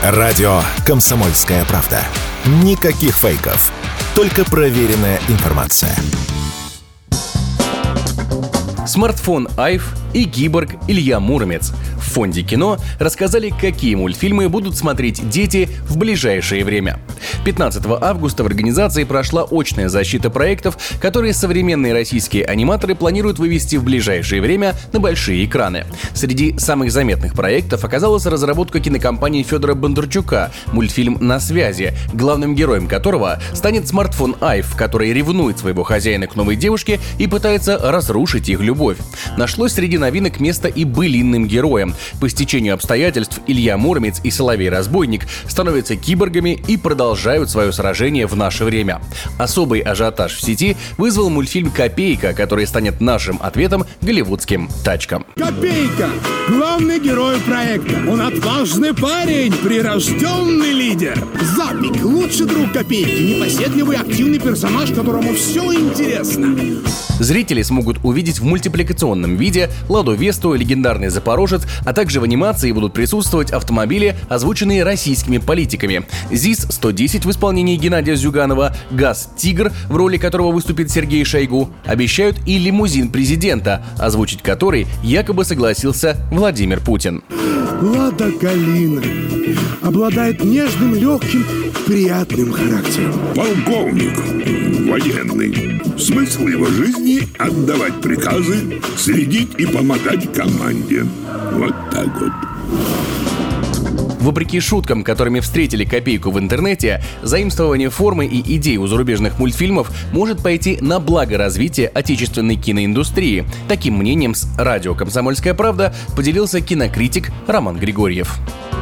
Радио «Комсомольская правда». Никаких фейков. Только проверенная информация. Смартфон Айв и киборг Илья Муромец. В Фонде кино рассказали, какие мультфильмы будут смотреть дети в ближайшее время. 15 августа в организации прошла очная защита проектов, которые современные российские аниматоры планируют вывести в ближайшее время на большие экраны. Среди самых заметных проектов оказалась разработка кинокомпании Федора Бондарчука, мультфильм «На связи», главным героем которого станет смартфон Айв, который ревнует своего хозяина к новой девушке и пытается разрушить их любовь. Нашлось среди новинок место и былинным героям. По стечению обстоятельств Илья Муромец и Соловей-разбойник становятся киборгами и продолжают свое сражение в наше время. Особый ажиотаж в сети вызвал мультфильм «Копейка», который станет нашим ответом голливудским тачкам. Копейка – главный герой проекта. Он отважный парень, прирожденный лидер. Запик – лучший друг Копейки, непоседливый активный персонаж, которому все интересно. Зрители смогут увидеть в мультипликационном виде Ладу Весту, легендарный Запорожец, а также в анимации будут присутствовать автомобили, озвученные российскими политиками. ЗИС-110 в исполнении Геннадия Зюганова, ГАЗ-Тигр, в роли которого выступит Сергей Шойгу, обещают и лимузин президента, озвучить который якобы согласился Владимир Путин. Лада Калина обладает нежным, легким, приятным характером. Полковник военный. Смысл его жизни – отдавать приказы, следить и помогать команде. Вот так вот. Вопреки шуткам, которыми встретили «Копейку» в интернете, заимствование формы и идей у зарубежных мультфильмов может пойти на благо развития отечественной киноиндустрии. Таким мнением с радио «Комсомольская правда» поделился кинокритик Роман Григорьев.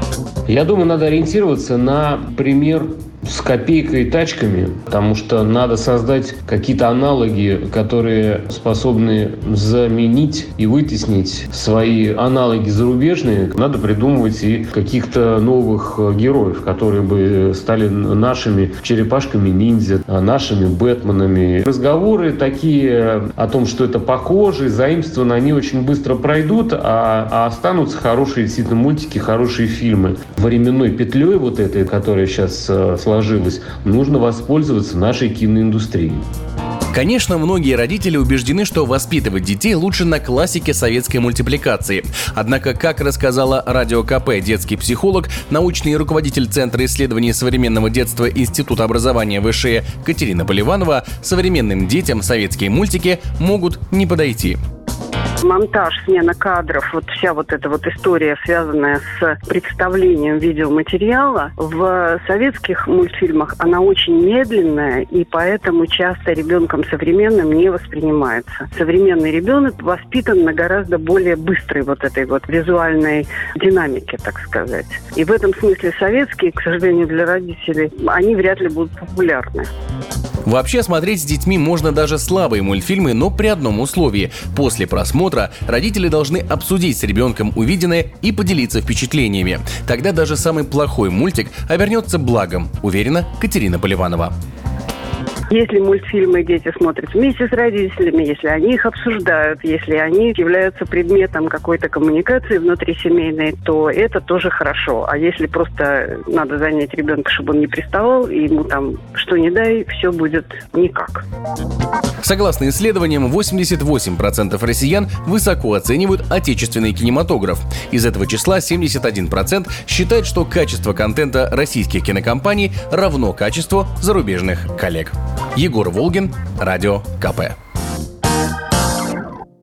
Я думаю, надо ориентироваться на пример с «Копейкой» и «Тачками», потому что надо создать какие-то аналоги, которые способны заменить и вытеснить свои аналоги зарубежные. Надо придумывать и каких-то новых героев, которые бы стали нашими черепашками-ниндзя, нашими Бэтменами. Разговоры такие о том, что это похоже, заимствованы, они очень быстро пройдут, а останутся хорошие действительно мультики, хорошие фильмы. Временной петлей вот этой, которая сейчас сложилась, нужно воспользоваться нашей киноиндустрией. Конечно, многие родители убеждены, что воспитывать детей лучше на классике советской мультипликации. Однако, как рассказала Радио КП детский психолог, научный руководитель Центра исследований современного детства Института образования ВШЭ Катерина Поливанова, современным детям советские мультики могут не подойти. Монтаж, смена кадров, вот вся вот эта вот история, связанная с представлением видеоматериала, в советских мультфильмах она очень медленная, и поэтому часто ребенком современным не воспринимается. Современный ребенок воспитан на гораздо более быстрой вот этой вот визуальной динамике, так сказать. И в этом смысле советские, к сожалению, для родителей, они вряд ли будут популярны. Вообще смотреть с детьми можно даже слабые мультфильмы, но при одном условии. После просмотра родители должны обсудить с ребенком увиденное и поделиться впечатлениями. Тогда даже самый плохой мультик обернется благом, уверена Катерина Поливанова. Если мультфильмы дети смотрят вместе с родителями, если они их обсуждают, если они являются предметом какой-то коммуникации внутрисемейной, то это тоже хорошо. А если просто надо занять ребенка, чтобы он не приставал, и ему там что ни дай, все будет никак. Согласно исследованиям, 88% россиян высоко оценивают отечественный кинематограф. Из этого числа 71% считает, что качество контента российских кинокомпаний равно качеству зарубежных коллег. Егор Волгин, Радио КП.